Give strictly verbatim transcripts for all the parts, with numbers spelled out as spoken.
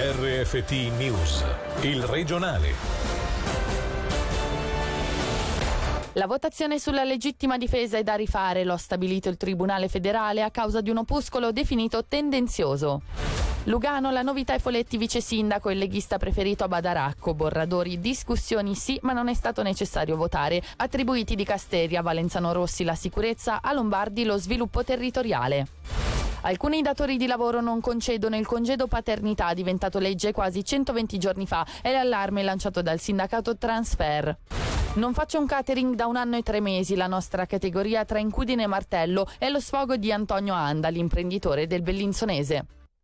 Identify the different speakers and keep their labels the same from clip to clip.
Speaker 1: R F T News, il regionale.
Speaker 2: La votazione sulla legittima difesa è da rifare, lo ha stabilito il Tribunale federale a causa di un opuscolo definito tendenzioso. Lugano, la novità è Foletti vice sindaco, il leghista preferito a Badaracco. Borradori, discussioni sì, ma non è stato necessario votare. Attribuiti di Casteria, Valenzano Rossi la sicurezza, a Lombardi lo sviluppo territoriale. Alcuni datori di lavoro non concedono il congedo paternità, diventato legge quasi centoventi giorni fa, è l'allarme lanciato dal sindacato Transfer. Non faccio un catering da un anno e tre mesi, la nostra categoria tra Incudine e Martello è lo sfogo di Antonio Anda, l'imprenditore del Bellinzonese.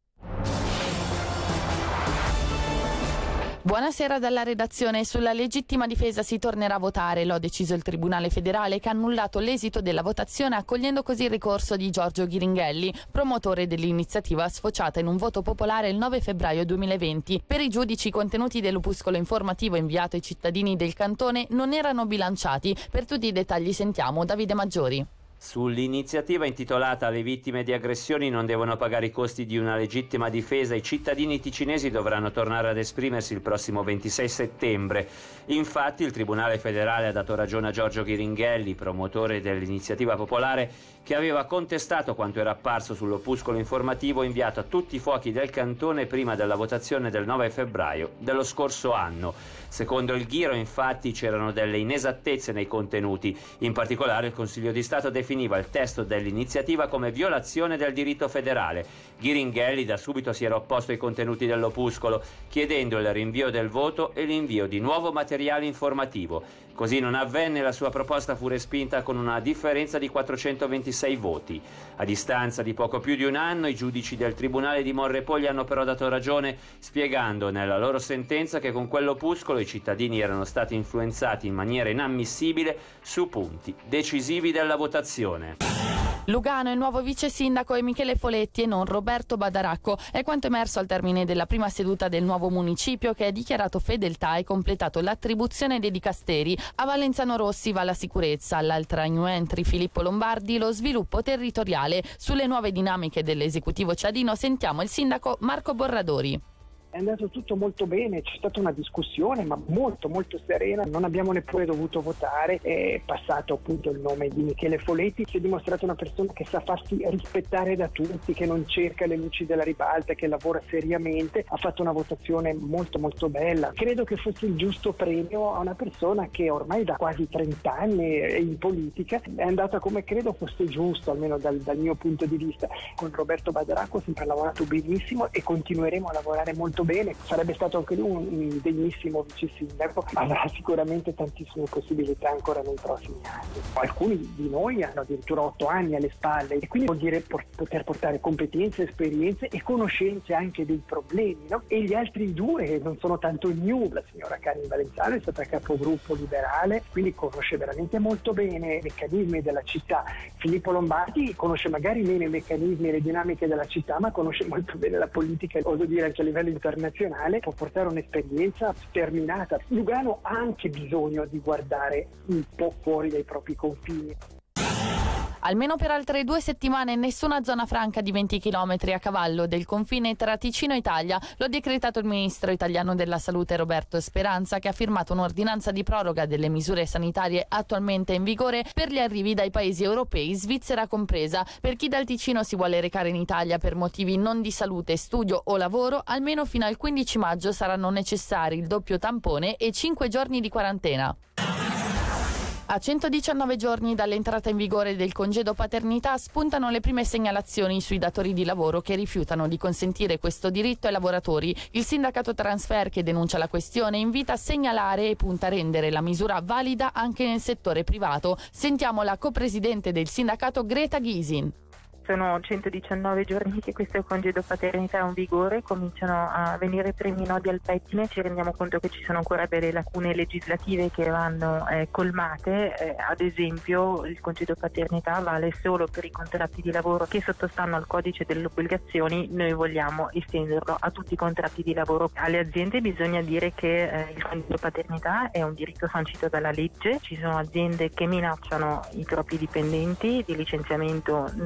Speaker 2: Buonasera dalla redazione. Sulla legittima difesa si tornerà a votare, lo ha deciso il Tribunale federale che ha annullato l'esito della votazione accogliendo così il ricorso di Giorgio Ghiringhelli, promotore dell'iniziativa sfociata in un voto popolare il nove febbraio duemilaventi. Per i giudici i contenuti dell'opuscolo informativo inviato ai cittadini del cantone non erano bilanciati. Per tutti i dettagli sentiamo Davide Maggiori.
Speaker 3: Sull'iniziativa intitolata "Le vittime di aggressioni non devono pagare i costi di una legittima difesa", i cittadini ticinesi dovranno tornare ad esprimersi il prossimo ventisei settembre. Infatti il Tribunale federale ha dato ragione a Giorgio Ghiringhelli, promotore dell'iniziativa popolare, che aveva contestato quanto era apparso sull'opuscolo informativo inviato a tutti i fuochi del cantone prima della votazione del nove febbraio dello scorso anno. Secondo il Ghiro, infatti, c'erano delle inesattezze nei contenuti. In particolare il Consiglio di Stato definiva il testo dell'iniziativa come violazione del diritto federale. Ghiringhelli da subito si era opposto ai contenuti dell'opuscolo, chiedendo il rinvio del voto e l'invio di nuovo materiale informativo. Così non avvenne, la sua proposta fu respinta con una differenza di quattrocentoventisei voti. A distanza di poco più di un anno, i giudici del Tribunale di Monrepolli hanno però dato ragione, spiegando nella loro sentenza che con quell'opuscolo i cittadini erano stati influenzati in maniera inammissibile su punti decisivi della votazione.
Speaker 2: Lugano, il nuovo vice sindaco è Michele Foletti e non Roberto Badaracco. È quanto emerso al termine della prima seduta del nuovo municipio, che ha dichiarato fedeltà e completato l'attribuzione dei dicasteri. A Valenzano Rossi va la sicurezza, all'altra new entry Filippo Lombardi lo sviluppo territoriale. Sulle nuove dinamiche dell'esecutivo cittadino sentiamo il sindaco Marco Borradori.
Speaker 4: È andato tutto molto bene, c'è stata una discussione ma molto molto serena, non abbiamo neppure dovuto votare, è passato appunto il nome di Michele Foletti, si è dimostrato una persona che sa farsi rispettare da tutti, che non cerca le luci della ribalta, che lavora seriamente, ha fatto una votazione molto molto bella. Credo che fosse il giusto premio a una persona che ormai da quasi trenta anni è in politica, è andata come credo fosse giusto, almeno dal, dal mio punto di vista. Con Roberto Badaracco ho sempre lavorato benissimo e continueremo a lavorare molto bene, sarebbe stato anche lui un, un degnissimo vice sindaco, avrà sicuramente tantissime possibilità ancora nei prossimi anni. Alcuni di noi hanno addirittura otto anni alle spalle e quindi vuol dire por- poter portare competenze, esperienze e conoscenze anche dei problemi, no? E gli altri due non sono tanto new, la signora Karin Valenzano è stata capogruppo liberale, quindi conosce veramente molto bene i meccanismi della città. Filippo Lombardi conosce magari meno i meccanismi e le dinamiche della città, ma conosce molto bene la politica, oso dire anche a livello internazionale. internazionale, può portare un'esperienza sterminata. Lugano ha anche bisogno di guardare un po' fuori dai propri confini.
Speaker 2: Almeno per altre due settimane nessuna zona franca di venti chilometri a cavallo del confine tra Ticino e Italia. Lo ha decretato il ministro italiano della salute Roberto Speranza, che ha firmato un'ordinanza di proroga delle misure sanitarie attualmente in vigore per gli arrivi dai paesi europei, Svizzera compresa. Per chi dal Ticino si vuole recare in Italia per motivi non di salute, studio o lavoro, almeno fino al quindici maggio saranno necessari il doppio tampone e cinque giorni di quarantena. A centodiciannove giorni dall'entrata in vigore del congedo paternità spuntano le prime segnalazioni sui datori di lavoro che rifiutano di consentire questo diritto ai lavoratori. Il sindacato Transfer, che denuncia la questione, invita a segnalare e punta a rendere la misura valida anche nel settore privato. Sentiamo la copresidente del sindacato Greta Ghisin.
Speaker 5: Sono centodiciannove giorni che questo congedo paternità è in vigore, cominciano a venire i primi nodi al pettine, ci rendiamo conto che ci sono ancora delle lacune legislative che vanno eh, colmate, eh, ad esempio il congedo paternità vale solo per i contratti di lavoro che sottostanno al codice delle obbligazioni, noi vogliamo estenderlo a tutti i contratti di lavoro. Alle aziende bisogna dire che eh, il congedo paternità è un diritto sancito dalla legge, ci sono aziende che minacciano i propri dipendenti di licenziamento nel caso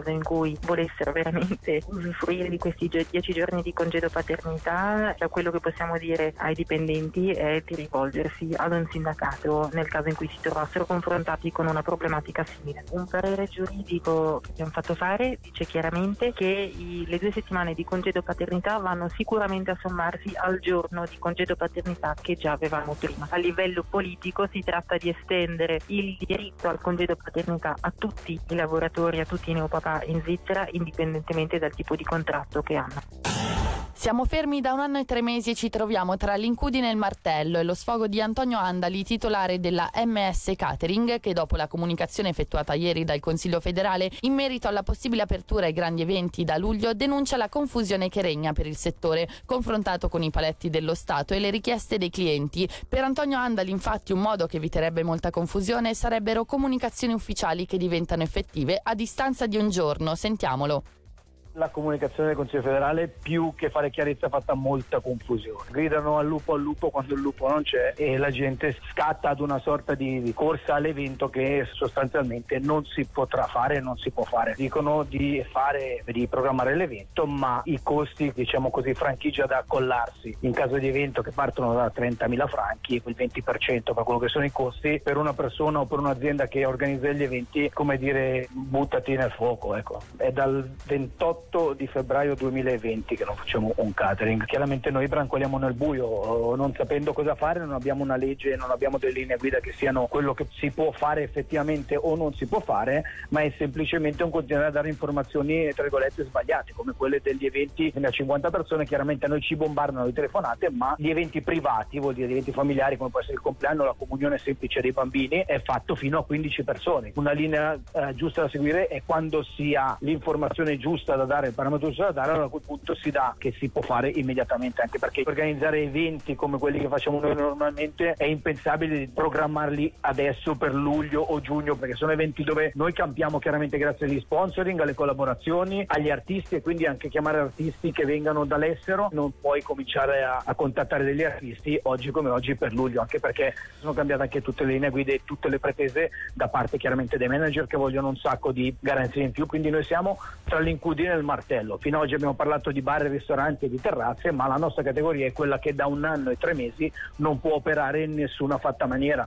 Speaker 5: caso in cui volessero veramente usufruire di questi dieci giorni di congedo paternità, da quello che possiamo dire ai dipendenti è di rivolgersi ad un sindacato nel caso in cui si trovassero confrontati con una problematica simile. Un parere giuridico che abbiamo fatto fare dice chiaramente che i, le due settimane di congedo paternità vanno sicuramente a sommarsi al giorno di congedo paternità che già avevamo prima. A livello politico si tratta di estendere il diritto al congedo paternità a tutti i lavoratori, a tutti i neopapà in Svizzera, indipendentemente dal tipo di contratto che hanno.
Speaker 2: Siamo fermi da un anno e tre mesi e ci troviamo tra l'incudine e il martello e lo sfogo di Antonio Andali, titolare della M S Catering, che dopo la comunicazione effettuata ieri dal Consiglio federale in merito alla possibile apertura ai grandi eventi da luglio denuncia la confusione che regna per il settore, confrontato con i paletti dello Stato e le richieste dei clienti. Per Antonio Andali, infatti, un modo che eviterebbe molta confusione sarebbero comunicazioni ufficiali che diventano effettive a distanza di un giorno. Sentiamolo.
Speaker 6: La comunicazione del Consiglio federale, più che fare chiarezza, ha fatto molta confusione. Gridano al lupo al lupo quando il lupo non c'è e la gente scatta ad una sorta di, di corsa all'evento che sostanzialmente non si potrà fare e non si può fare. Dicono di fare, di programmare l'evento, ma i costi, diciamo così, franchigia da accollarsi in caso di evento che partono da trentamila franchi, il venti per cento per quello che sono i costi per una persona o per un'azienda che organizza gli eventi, come dire, buttati nel fuoco, ecco. È dal ventotto di febbraio duemilaventi che non facciamo un catering. Chiaramente noi brancoliamo nel buio, non sapendo cosa fare, non abbiamo una legge, non abbiamo delle linee guida che siano quello che si può fare effettivamente o non si può fare, ma è semplicemente un continuare a dare informazioni tra virgolette sbagliate, come quelle degli eventi a cinquanta persone. Chiaramente a noi ci bombardano di telefonate, ma gli eventi privati, vuol dire gli eventi familiari come può essere il compleanno, la comunione semplice dei bambini, è fatto fino a quindici persone. Una linea eh, giusta da seguire è quando si ha l'informazione giusta da dare, il parametro giusto da dare, allora a quel punto si dà che si può fare immediatamente, anche perché organizzare eventi come quelli che facciamo noi normalmente è impensabile di programmarli adesso per luglio o giugno, perché sono eventi dove noi campiamo chiaramente grazie agli sponsoring, alle collaborazioni, agli artisti, e quindi anche chiamare artisti che vengano dall'estero. Non puoi cominciare a, a contattare degli artisti oggi come oggi per luglio, anche perché sono cambiate anche tutte le linee guida e tutte le pretese da parte chiaramente dei manager che vogliono un sacco di garanzie in più. Quindi noi siamo tra l'incudine e il martello. Fino ad oggi abbiamo parlato di bar, ristoranti e di terrazze, ma la nostra categoria è quella che da un anno e tre mesi non può operare in nessuna fatta maniera.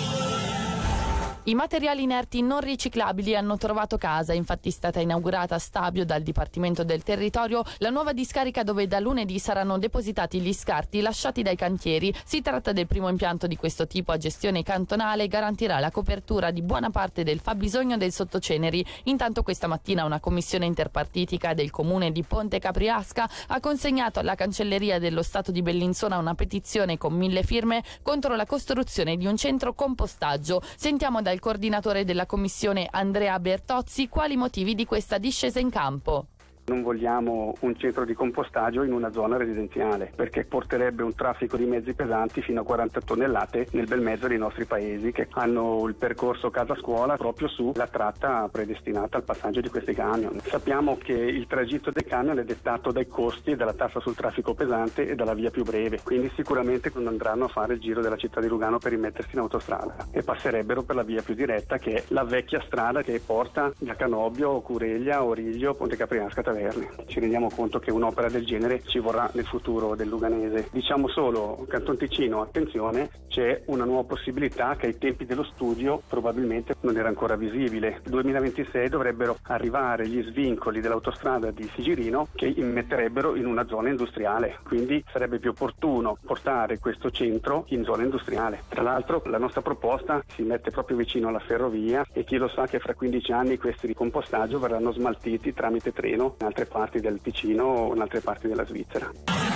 Speaker 2: I materiali inerti non riciclabili hanno trovato casa, infatti è stata inaugurata a Stabio dal Dipartimento del Territorio la nuova discarica dove da lunedì saranno depositati gli scarti lasciati dai cantieri. Si tratta del primo impianto di questo tipo a gestione cantonale e garantirà la copertura di buona parte del fabbisogno del Sottoceneri. Intanto questa mattina una commissione interpartitica del comune di Ponte Capriasca ha consegnato alla Cancelleria dello Stato di Bellinzona una petizione con mille firme contro la costruzione di un centro compostaggio. Sentiamo dal coordinatore della commissione Andrea Bertozzi quali motivi di questa discesa in campo.
Speaker 7: Non vogliamo un centro di compostaggio in una zona residenziale, perché porterebbe un traffico di mezzi pesanti fino a quaranta tonnellate nel bel mezzo dei nostri paesi che hanno il percorso casa-scuola proprio sulla tratta predestinata al passaggio di questi camion. Sappiamo che il tragitto dei camion è dettato dai costi e dalla tassa sul traffico pesante e dalla via più breve, quindi sicuramente non andranno a fare il giro della città di Lugano per rimettersi in autostrada e passerebbero per la via più diretta, che è la vecchia strada che porta da Canobbio, Cureglia, Origlio, Ponte Capriasca, Ci rendiamo conto che un'opera del genere ci vorrà nel futuro del luganese. Diciamo solo, Canton Ticino, attenzione, c'è una nuova possibilità che ai tempi dello studio probabilmente non era ancora visibile. Nel duemilaventisei dovrebbero arrivare gli svincoli dell'autostrada di Sigirino che immetterebbero in una zona industriale, quindi sarebbe più opportuno portare questo centro in zona industriale. Tra l'altro la nostra proposta si mette proprio vicino alla ferrovia e chi lo sa che fra quindici anni questi di compostaggio verranno smaltiti tramite treno in altre parti del Ticino o in altre parti della Svizzera.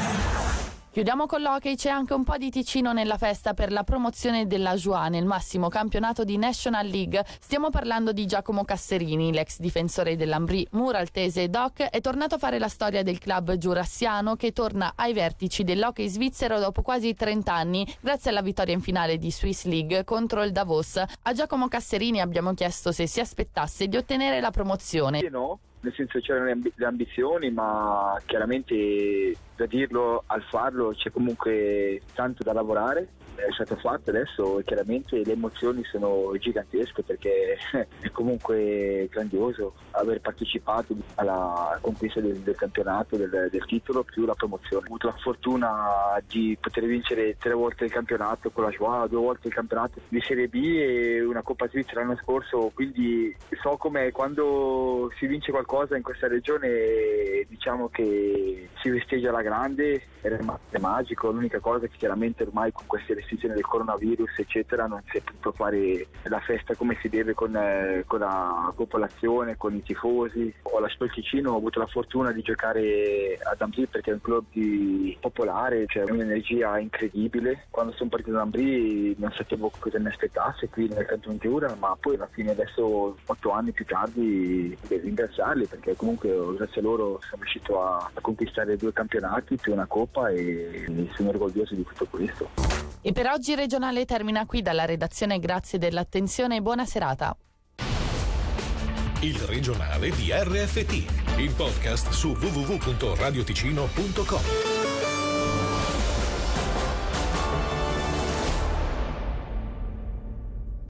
Speaker 2: Chiudiamo con l'hockey, c'è anche un po' di Ticino nella festa per la promozione della Joie nel massimo campionato di National League. Stiamo parlando di Giacomo Casserini, l'ex difensore dell'Ambrì, Muraltese e Doc, è tornato a fare la storia del club giurassiano che torna ai vertici dell'hockey svizzero dopo quasi trenta anni, grazie alla vittoria in finale di Swiss League contro il Davos. A Giacomo Casserini abbiamo chiesto se si aspettasse di ottenere la promozione.
Speaker 8: No, nel senso c'erano le ambizioni, ma chiaramente da dirlo al farlo c'è comunque tanto da lavorare. È stato fatto adesso e chiaramente le emozioni sono gigantesche perché è comunque grandioso aver partecipato alla conquista del, del campionato, del, del titolo più la promozione. Ho avuto la fortuna di poter vincere tre volte il campionato con la Joie, due volte il campionato di Serie B e una Coppa Svizzera l'anno scorso, quindi so come quando si vince qualcosa in questa regione diciamo che si festeggia alla grande, è magico. L'unica cosa è che chiaramente ormai con queste restrizioni del coronavirus eccetera non si è potuto fare la festa come si deve con, eh, con la popolazione, con i tifosi. Ho lasciato il Ticino, ho avuto la fortuna di giocare ad Ambri perché è un club di popolare, c'è cioè un'energia incredibile. Quando sono partito da Ambri non sapevo cosa mi aspettasse qui nel Canton Giura, ma poi alla fine adesso otto anni più tardi devo ringraziarli perché comunque grazie a loro sono riuscito a, a conquistare due campionati più una coppa e sono orgoglioso di tutto questo.
Speaker 2: E per oggi Regionale termina qui. Dalla redazione grazie dell'attenzione e buona serata.
Speaker 1: Il regionale di R F T, il podcast su w w w punto radioticino punto com.